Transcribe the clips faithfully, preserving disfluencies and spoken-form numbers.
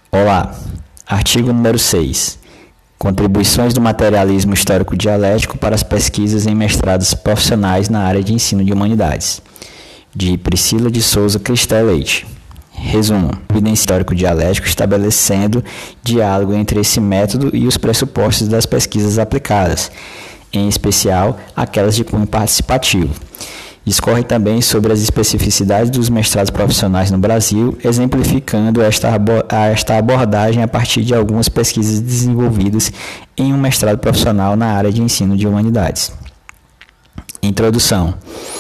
Olá, artigo número seis. Contribuições do materialismo histórico-dialético para as pesquisas em mestrados profissionais na área de ensino de humanidades, de Priscila de Souza Cristé Leite. Resumo: evidência histórico-dialético estabelecendo diálogo entre esse método e os pressupostos das pesquisas aplicadas, em especial aquelas de cunho participativo. Discorre também sobre as especificidades dos mestrados profissionais no Brasil, exemplificando esta, esta abordagem a partir de algumas pesquisas desenvolvidas em um mestrado profissional na área de ensino de humanidades. Introdução.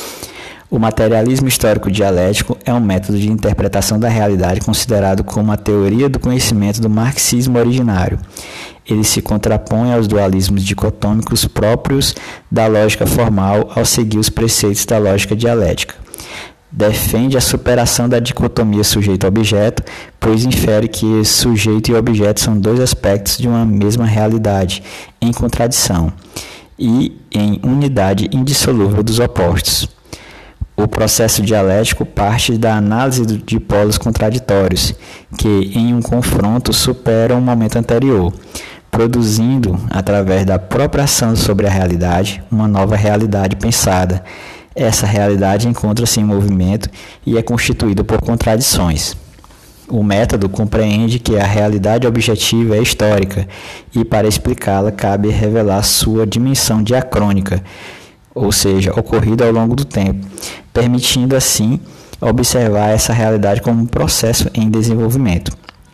O materialismo histórico-dialético é um método de interpretação da realidade considerado como a teoria do conhecimento do marxismo originário. Ele se contrapõe aos dualismos dicotômicos próprios da lógica formal ao seguir os preceitos da lógica dialética. Defende a superação da dicotomia sujeito-objeto, pois infere que sujeito e objeto são dois aspectos de uma mesma realidade, em contradição, e em unidade indissolúvel dos opostos. O processo dialético parte da análise de polos contraditórios, que, em um confronto, superam o momento anterior, produzindo, através da própria ação sobre a realidade, uma nova realidade pensada. Essa realidade encontra-se em movimento e é constituída por contradições. O método compreende que a realidade objetiva é histórica e, para explicá-la, cabe revelar sua dimensão diacrônica, ou seja, ocorrida ao longo do tempo, permitindo assim observar essa realidade como um processo em desenvolvimento.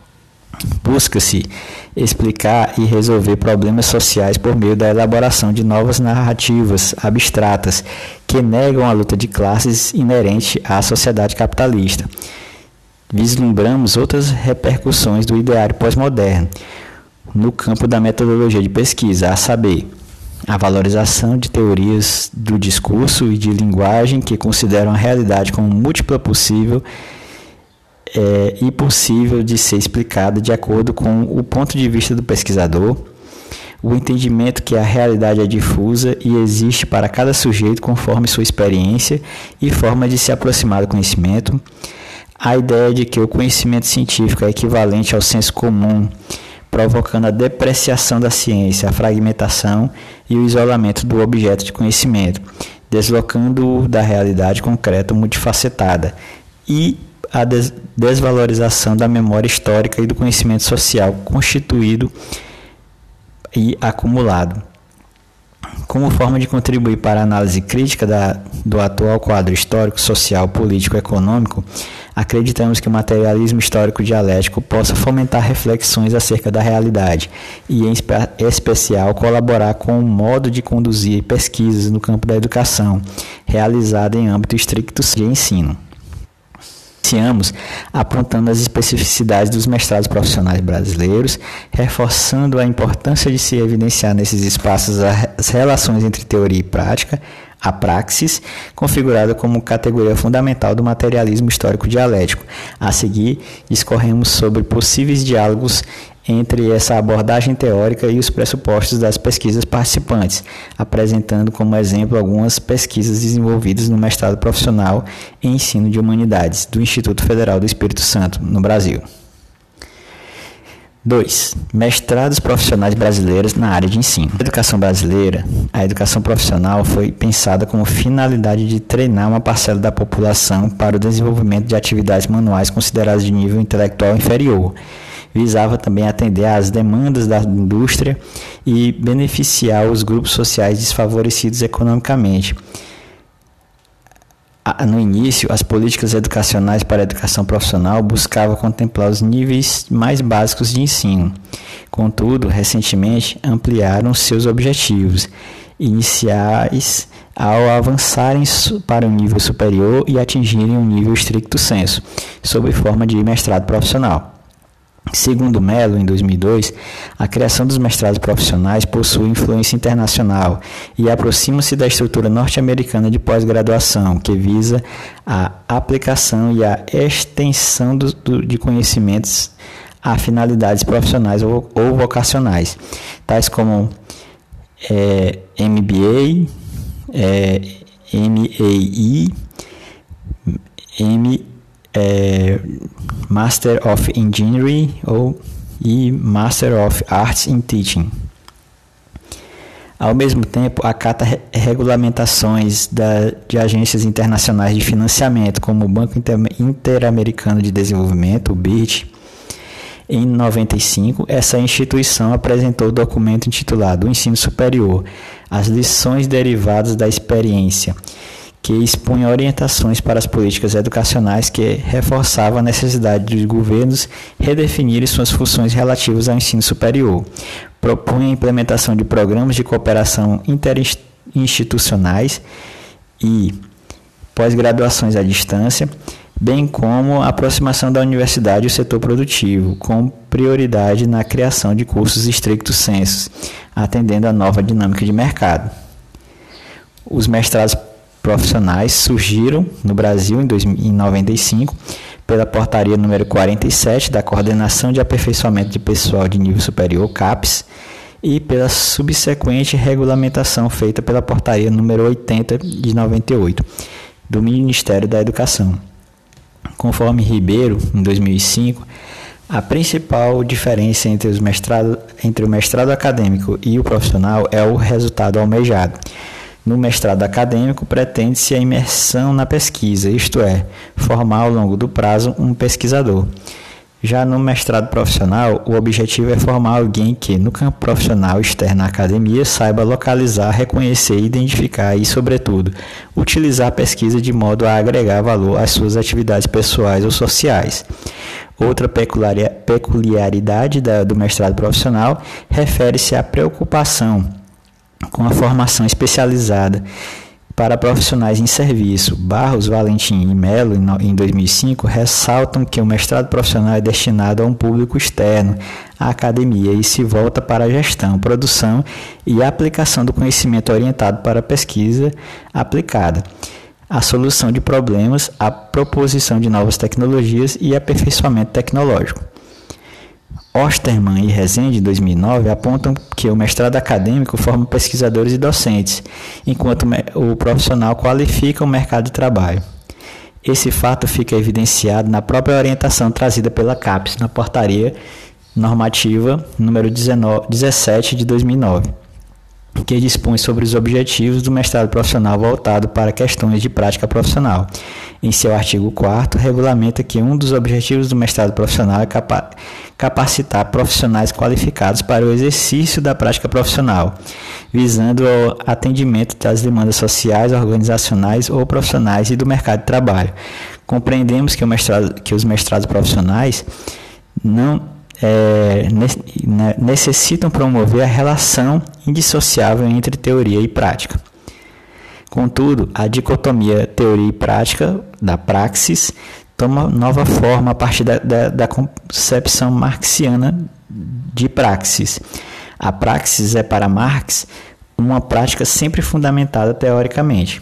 Busca-se explicar e resolver problemas sociais por meio da elaboração de novas narrativas abstratas que negam a luta de classes inerente à sociedade capitalista. Vislumbramos outras repercussões do ideário pós-moderno no campo da metodologia de pesquisa, a saber, a valorização de teorias do discurso e de linguagem que consideram a realidade como múltipla possível é, e possível de ser explicada de acordo com o ponto de vista do pesquisador, o entendimento que a realidade é difusa e existe para cada sujeito conforme sua experiência e forma de se aproximar do conhecimento, a ideia de que o conhecimento científico é equivalente ao senso comum, provocando a depreciação da ciência, a fragmentação e o isolamento do objeto de conhecimento, deslocando-o da realidade concreta multifacetada, e a des- desvalorização da memória histórica e do conhecimento social constituído e acumulado. Como forma de contribuir para a análise crítica da, do atual quadro histórico, social, político e econômico, acreditamos que o materialismo histórico-dialético possa fomentar reflexões acerca da realidade e, em espe- especial, colaborar com o modo de conduzir pesquisas no campo da educação, realizada em âmbito estricto de ensino. Iniciamos apontando as especificidades dos mestrados profissionais brasileiros, reforçando a importância de se evidenciar nesses espaços as relações entre teoria e prática, a praxis, configurada como categoria fundamental do materialismo histórico-dialético. A seguir, discorremos sobre possíveis diálogos entre essa abordagem teórica e os pressupostos das pesquisas participantes, apresentando como exemplo algumas pesquisas desenvolvidas no mestrado profissional em ensino de humanidades do Instituto Federal do Espírito Santo, no Brasil. dois. Mestrados profissionais brasileiros na área de ensino. Na educação brasileira, a educação profissional foi pensada com finalidade de treinar uma parcela da população para o desenvolvimento de atividades manuais consideradas de nível intelectual inferior. Visava também atender às demandas da indústria e beneficiar os grupos sociais desfavorecidos economicamente. No início, as políticas educacionais para a educação profissional buscavam contemplar os níveis mais básicos de ensino. Contudo, recentemente, ampliaram seus objetivos iniciais ao avançarem para o nível superior e atingirem um nível stricto sensu, sob forma de mestrado profissional. Segundo Mello, em dois mil e dois, a criação dos mestrados profissionais possui influência internacional e aproxima-se da estrutura norte-americana de pós-graduação, que visa a aplicação e a extensão do, do, de conhecimentos a finalidades profissionais ou, ou vocacionais, tais como é, M B A, é, M A I, M é, Master of Engineering ou, e Master of Arts in Teaching. Ao mesmo tempo, acata re- regulamentações da, de agências internacionais de financiamento, como o Banco Inter- Interamericano de Desenvolvimento, o B I D. Em noventa e cinco, essa instituição apresentou o documento intitulado O Ensino Superior, as lições derivadas da experiência, que expunha orientações para as políticas educacionais que reforçavam a necessidade dos governos redefinirem suas funções relativas ao ensino superior. Propunha a implementação de programas de cooperação interinstitucionais e pós-graduações à distância, bem como a aproximação da universidade ao setor produtivo, com prioridade na criação de cursos stricto sensu, atendendo à nova dinâmica de mercado. Os mestrados profissionais surgiram no Brasil em, dois, em noventa e cinco pela portaria número quarenta e sete da Coordenação de Aperfeiçoamento de Pessoal de Nível Superior, CAPES, e pela subsequente regulamentação feita pela portaria número oitenta de noventa e oito do Ministério da Educação. Conforme Ribeiro, em dois mil e cinco, a principal diferença entre, os mestrado, entre o mestrado acadêmico e o profissional é o resultado almejado. No mestrado acadêmico, pretende-se a imersão na pesquisa, isto é, formar ao longo do prazo um pesquisador. Já no mestrado profissional, o objetivo é formar alguém que, no campo profissional externo à academia, saiba localizar, reconhecer, identificar e, sobretudo, utilizar a pesquisa de modo a agregar valor às suas atividades pessoais ou sociais. Outra peculiaridade da, do mestrado profissional refere-se à preocupação com a formação especializada para profissionais em serviço. Barros, Valentim e Melo, em dois mil e cinco, ressaltam que o mestrado profissional é destinado a um público externo à academia e se volta para a gestão, produção e aplicação do conhecimento orientado para a pesquisa aplicada, a solução de problemas, a proposição de novas tecnologias e aperfeiçoamento tecnológico. Osterman e Rezende, em dois mil e nove, apontam que o mestrado acadêmico forma pesquisadores e docentes, enquanto o profissional qualifica o mercado de trabalho. Esse fato fica evidenciado na própria orientação trazida pela CAPES, na portaria normativa número dezessete de dois mil e nove, que dispõe sobre os objetivos do mestrado profissional voltado para questões de prática profissional. Em seu artigo quarto, regulamenta que um dos objetivos do mestrado profissional é capa- capacitar profissionais qualificados para o exercício da prática profissional, visando o atendimento das demandas sociais, organizacionais ou profissionais e do mercado de trabalho. Compreendemos que, o mestrado, que os mestrados profissionais não É, necessitam promover a relação indissociável entre teoria e prática. Contudo, a dicotomia teoria e prática da praxis toma nova forma a partir da, da, da concepção marxiana de praxis. A praxis é, para Marx, uma prática sempre fundamentada teoricamente.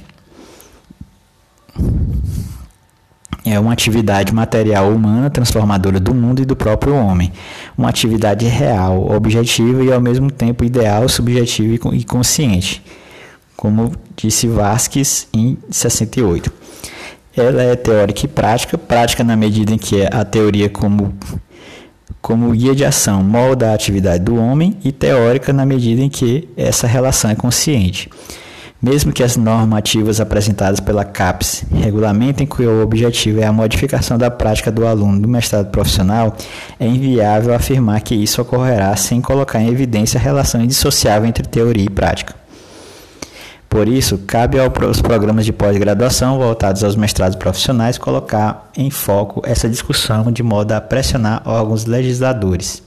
É uma atividade material humana transformadora do mundo e do próprio homem. Uma atividade real, objetiva e ao mesmo tempo ideal, subjetiva e consciente, como disse Vasquez em sessenta e oito. Ela é teórica e prática, prática na medida em que a teoria como, como guia de ação molda a atividade do homem, e teórica na medida em que essa relação é consciente. Mesmo que as normativas apresentadas pela CAPES regulamentem que o objetivo é a modificação da prática do aluno do mestrado profissional, é inviável afirmar que isso ocorrerá sem colocar em evidência a relação indissociável entre teoria e prática. Por isso, cabe aos programas de pós-graduação voltados aos mestrados profissionais colocar em foco essa discussão de modo a pressionar órgãos legisladores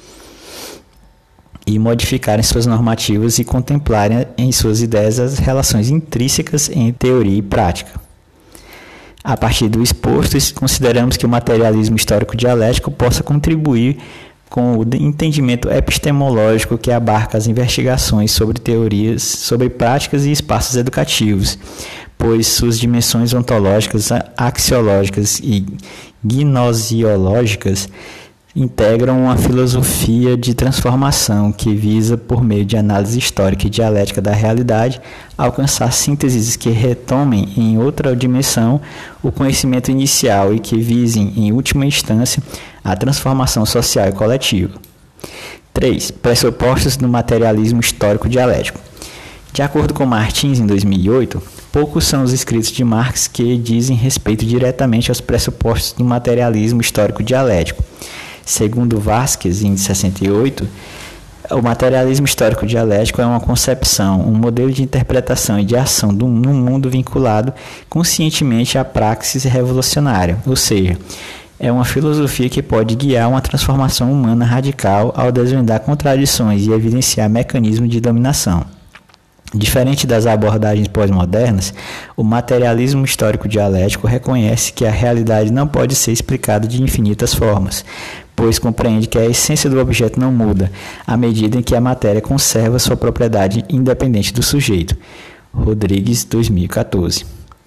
e modificarem suas normativas e contemplarem em suas ideias as relações intrínsecas entre teoria e prática. A partir do exposto, consideramos que o materialismo histórico-dialético possa contribuir com o entendimento epistemológico que abarca as investigações sobre teorias, sobre práticas e espaços educativos, pois suas dimensões ontológicas, axiológicas e gnosiológicas integram uma filosofia de transformação que visa, por meio de análise histórica e dialética da realidade, alcançar sínteses que retomem em outra dimensão o conhecimento inicial e que visem, em última instância, a transformação social e coletiva. três. Pressupostos do materialismo histórico dialético. De acordo com Martins, em dois mil e oito, poucos são os escritos de Marx que dizem respeito diretamente aos pressupostos do materialismo histórico dialético. Segundo Vasquez, em sessenta e oito, o materialismo histórico dialético é uma concepção, um modelo de interpretação e de ação do, num mundo vinculado conscientemente à praxis revolucionária, ou seja, é uma filosofia que pode guiar uma transformação humana radical ao desvendar contradições e evidenciar mecanismos de dominação. Diferente das abordagens pós-modernas, o materialismo histórico dialético reconhece que a realidade não pode ser explicada de infinitas formas, pois compreende que a essência do objeto não muda, à medida em que a matéria conserva sua propriedade independente do sujeito. Rodrigues, dois mil e quatorze.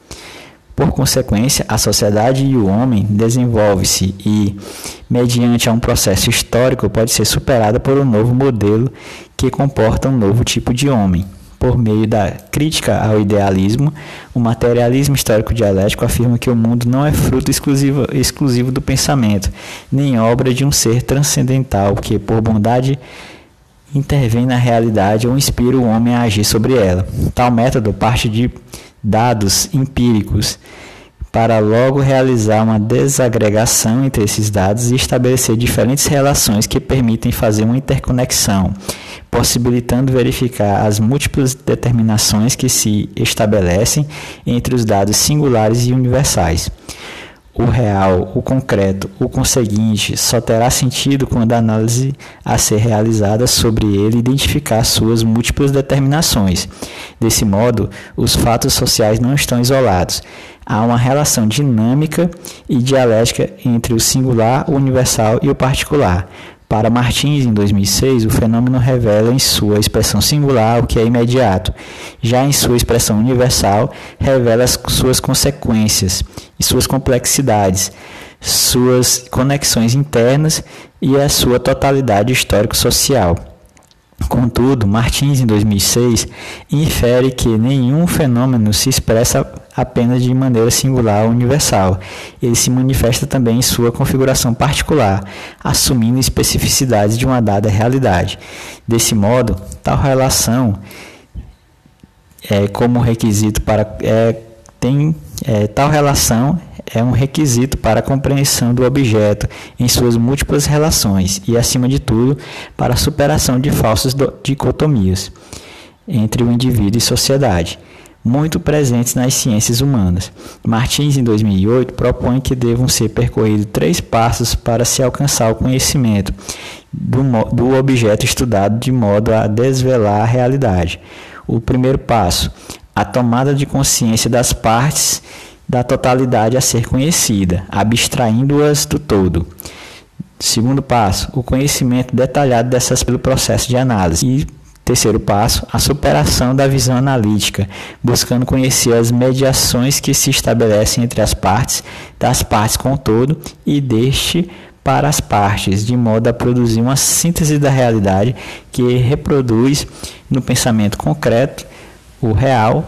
Por consequência, a sociedade e o homem desenvolve-se e, mediante um processo histórico, pode ser superada por um novo modelo que comporta um novo tipo de homem. Por meio da crítica ao idealismo, o materialismo histórico dialético afirma que o mundo não é fruto exclusivo, exclusivo do pensamento, nem obra de um ser transcendental que, por bondade, intervém na realidade ou inspira o homem a agir sobre ela. Tal método parte de dados empíricos para logo realizar uma desagregação entre esses dados e estabelecer diferentes relações que permitem fazer uma interconexão, possibilitando verificar as múltiplas determinações que se estabelecem entre os dados singulares e universais. O real, o concreto, o conseguinte, só terá sentido quando a análise a ser realizada sobre ele identificar suas múltiplas determinações. Desse modo, os fatos sociais não estão isolados. Há uma relação dinâmica e dialética entre o singular, o universal e o particular. Para Martins, em dois mil e seis, o fenômeno revela em sua expressão singular o que é imediato. Já em sua expressão universal, revela as suas consequências e suas complexidades, suas conexões internas e a sua totalidade histórico-social. Contudo, Martins, em dois mil e seis, infere que nenhum fenômeno se expressa apenas de maneira singular ou universal. Ele se manifesta também em sua configuração particular, assumindo especificidades de uma dada realidade. Desse modo, tal relação é como requisito para é, tem é, tal relação é um requisito para a compreensão do objeto em suas múltiplas relações e, acima de tudo, para a superação de falsas dicotomias entre o indivíduo e sociedade, muito presentes nas ciências humanas. Martins, em dois mil e oito, propõe que devam ser percorridos três passos para se alcançar o conhecimento do, do objeto estudado de modo a desvelar a realidade. O primeiro passo, a tomada de consciência das partes da totalidade a ser conhecida, abstraindo-as do todo. Segundo passo, o conhecimento detalhado dessas pelo processo de análise. E terceiro passo, a superação da visão analítica, buscando conhecer as mediações que se estabelecem entre as partes, das partes com o todo e deste para as partes, de modo a produzir uma síntese da realidade que reproduz no pensamento concreto o real,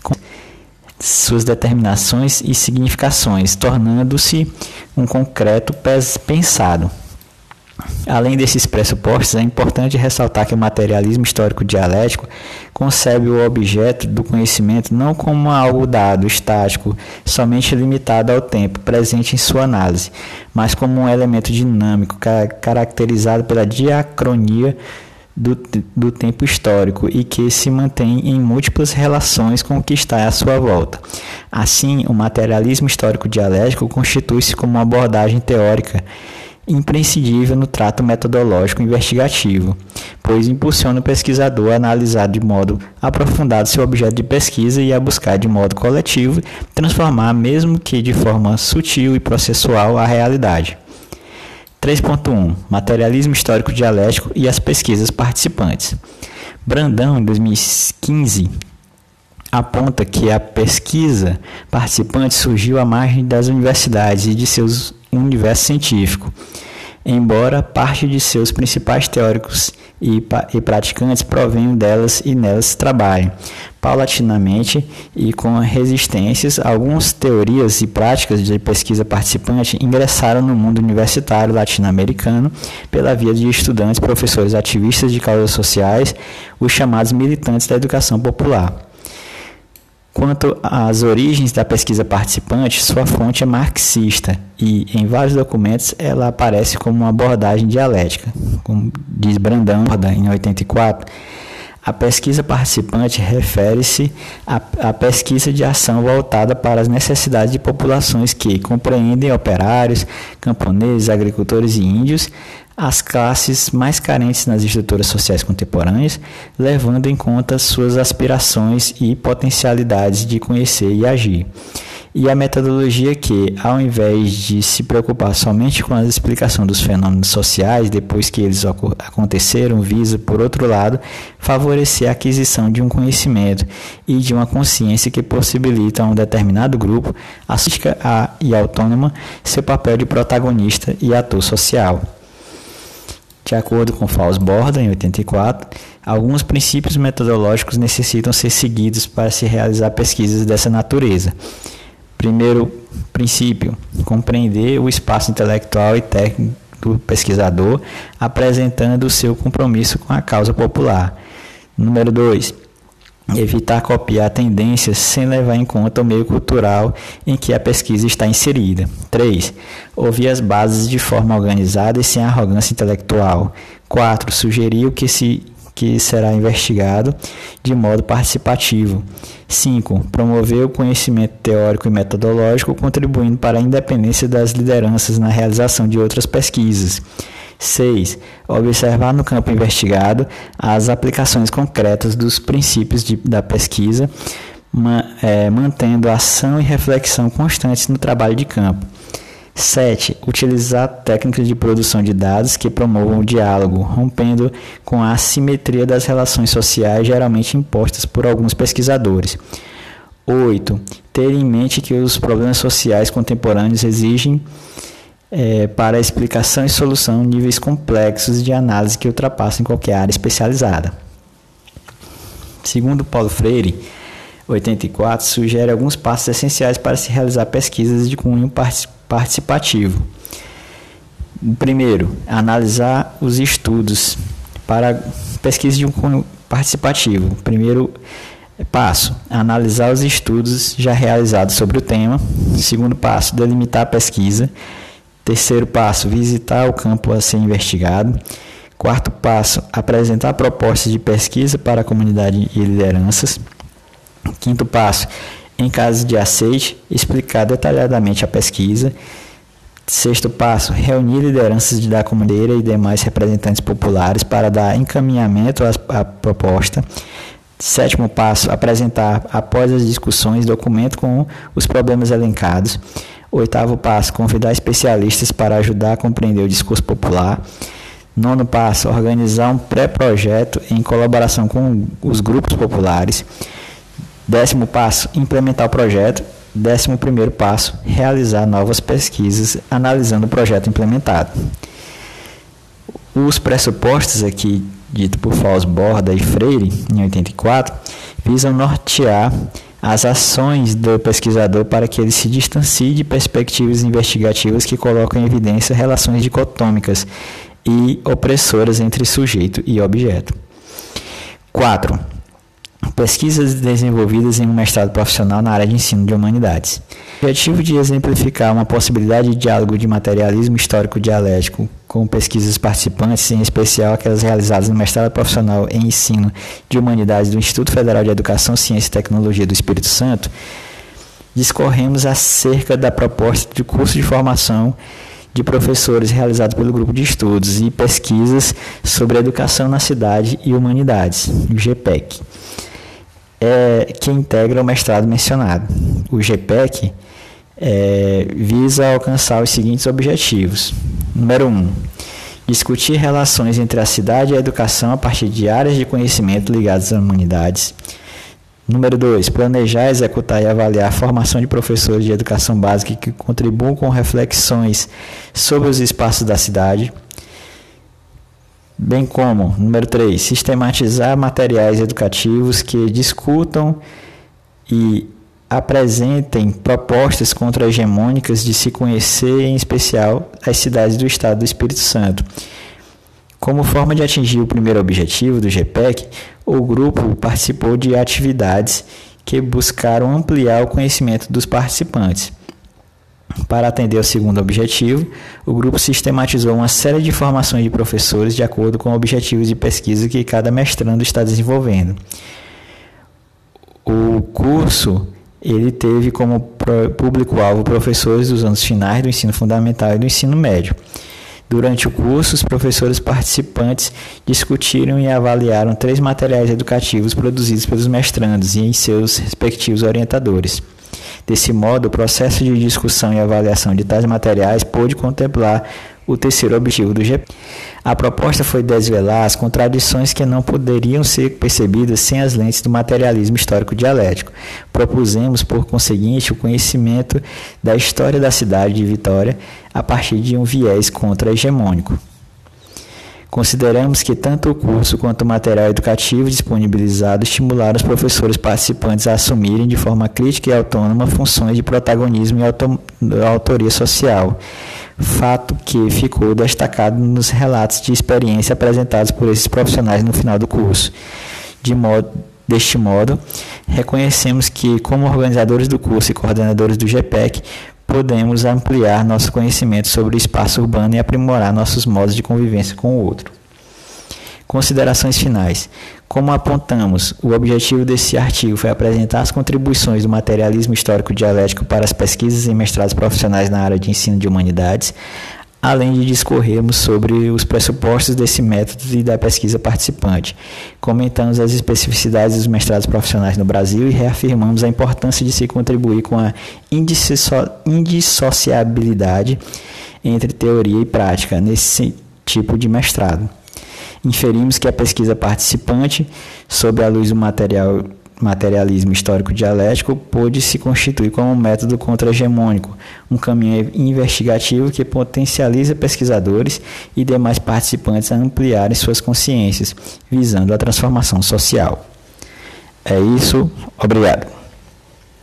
suas determinações e significações, tornando-se um concreto pensado. Além desses pressupostos, é importante ressaltar que o materialismo histórico dialético concebe o objeto do conhecimento não como algo dado, estático, somente limitado ao tempo presente em sua análise, mas como um elemento dinâmico, caracterizado pela diacronia Do, do tempo histórico e que se mantém em múltiplas relações com o que está à sua volta. Assim, o materialismo histórico dialético constitui-se como uma abordagem teórica imprescindível no trato metodológico investigativo, pois impulsiona o pesquisador a analisar de modo aprofundado seu objeto de pesquisa e a buscar de modo coletivo transformar, mesmo que de forma sutil e processual, a realidade. três ponto um. Materialismo histórico dialético e as pesquisas participantes. Brandão, em dois mil e quinze, aponta que a pesquisa participante surgiu à margem das universidades e de seus universo científico. embora parte de seus principais teóricos e, e praticantes provenham delas e nelas trabalhem. Paulatinamente e com resistências, algumas teorias e práticas de pesquisa participante ingressaram no mundo universitário latino-americano pela via de estudantes, professores, ativistas de causas sociais, os chamados militantes da educação popular. Quanto às origens da pesquisa participante, sua fonte é marxista e, em vários documentos, ela aparece como uma abordagem dialética. Como diz Brandão, em oitenta e quatro, a pesquisa participante refere-se à, à pesquisa de ação voltada para as necessidades de populações que compreendem operários, camponeses, agricultores e índios, as classes mais carentes nas estruturas sociais contemporâneas, levando em conta suas aspirações e potencialidades de conhecer e agir. E a metodologia que, ao invés de se preocupar somente com a explicação dos fenômenos sociais depois que eles aconteceram, visa, por outro lado, favorecer a aquisição de um conhecimento e de uma consciência que possibilita a um determinado grupo, artística e autônoma, seu papel de protagonista e ator social. De acordo com Fausto Borda, em oitenta e quatro, alguns princípios metodológicos necessitam ser seguidos para se realizar pesquisas dessa natureza. Primeiro princípio, compreender o espaço intelectual e técnico do pesquisador, apresentando o seu compromisso com a causa popular. Número dois, evitar copiar tendências sem levar em conta o meio cultural em que a pesquisa está inserida. três. Ouvir as bases de forma organizada e sem arrogância intelectual. quatro. Sugerir o que, se, que será investigado de modo participativo. cinco. Promover o conhecimento teórico e metodológico, contribuindo para a independência das lideranças na realização de outras pesquisas. seis. Observar no campo investigado as aplicações concretas dos princípios de, da pesquisa, ma, é, mantendo ação e reflexão constantes no trabalho de campo. sete. Utilizar técnicas de produção de dados que promovam o diálogo, rompendo com a assimetria das relações sociais geralmente impostas por alguns pesquisadores. oito. Ter em mente que os problemas sociais contemporâneos exigem É, para a explicação e solução níveis complexos de análise que ultrapassam qualquer área especializada. Segundo Paulo Freire, oitenta e quatro, sugere alguns passos essenciais para se realizar pesquisas de cunho participativo. Primeiro, analisar os estudos para pesquisa de um cunho participativo. Primeiro passo, analisar os estudos já realizados sobre o tema. Segundo passo, delimitar a pesquisa. Terceiro passo, visitar o campo a ser investigado. Quarto passo, apresentar propostas de pesquisa para a comunidade e lideranças. Quinto passo, em caso de aceite, explicar detalhadamente a pesquisa. Sexto passo, reunir lideranças da comunidade e demais representantes populares para dar encaminhamento à, à proposta. Sétimo passo, apresentar, após as discussões, documento com os problemas elencados. Oitavo passo, convidar especialistas para ajudar a compreender o discurso popular. Nono passo, organizar um pré-projeto em colaboração com os grupos populares. Décimo passo, implementar o projeto. Décimo primeiro passo, realizar novas pesquisas analisando o projeto implementado. Os pressupostos aqui, dito por Fausto Borda e Freire, em oitenta e quatro, visam nortear as ações do pesquisador para que ele se distancie de perspectivas investigativas que colocam em evidência relações dicotômicas e opressoras entre sujeito e objeto. quatro. Pesquisas desenvolvidas em um mestrado profissional na área de ensino de humanidades. O objetivo de exemplificar uma possibilidade de diálogo de materialismo histórico dialético com pesquisas participantes, em especial aquelas realizadas no mestrado profissional em ensino de humanidades do Instituto Federal de Educação, Ciência e Tecnologia do Espírito Santo, discorremos acerca da proposta de curso de formação de professores realizado pelo Grupo de Estudos e Pesquisas sobre Educação na Cidade e Humanidades, o G P E C. É, que integra o mestrado mencionado. O G P E C é, visa alcançar os seguintes objetivos. Número um, discutir relações entre a cidade e a educação a partir de áreas de conhecimento ligadas às humanidades. Número dois, planejar, executar e avaliar a formação de professores de educação básica que contribuam com reflexões sobre os espaços da cidade. bem como, número três, sistematizar materiais educativos que discutam e apresentem propostas contra-hegemônicas de se conhecer, em especial, as cidades do Estado do Espírito Santo. Como forma de atingir o primeiro objetivo do G P E C, o grupo participou de atividades que buscaram ampliar o conhecimento dos participantes. Para atender ao segundo objetivo, o grupo sistematizou uma série de formações de professores de acordo com objetivos de pesquisa que cada mestrando está desenvolvendo. O curso ele teve como público-alvo professores dos anos finais do ensino fundamental e do ensino médio. Durante o curso, os professores participantes discutiram e avaliaram três materiais educativos produzidos pelos mestrandos e em seus respectivos orientadores. Desse modo, o processo de discussão e avaliação de tais materiais pôde contemplar o terceiro objetivo do G P E C. A proposta foi desvelar as contradições que não poderiam ser percebidas sem as lentes do materialismo histórico dialético. Propusemos, por conseguinte, o conhecimento da história da cidade de Vitória a partir de um viés contra-hegemônico. Consideramos que tanto o curso quanto o material educativo disponibilizado estimularam os professores participantes a assumirem de forma crítica e autônoma funções de protagonismo e auto- autoria social, fato que ficou destacado nos relatos de experiência apresentados por esses profissionais no final do curso. De modo, deste modo, reconhecemos que, como organizadores do curso e coordenadores do G P E C, podemos ampliar nosso conhecimento sobre o espaço urbano e aprimorar nossos modos de convivência com o outro. Considerações finais. Como apontamos, o objetivo desse artigo foi apresentar as contribuições do materialismo histórico dialético para as pesquisas e mestrados profissionais na área de ensino de humanidades, além de discorrermos sobre os pressupostos desse método e da pesquisa participante. Comentamos as especificidades dos mestrados profissionais no Brasil e reafirmamos a importância de se contribuir com a indissociabilidade entre teoria e prática nesse tipo de mestrado. Inferimos que a pesquisa participante, sob a luz do material, materialismo histórico dialético, pôde se constituir como um método contra-hegemônico, um caminho investigativo que potencializa pesquisadores e demais participantes a ampliarem suas consciências, visando a transformação social. É isso, obrigado.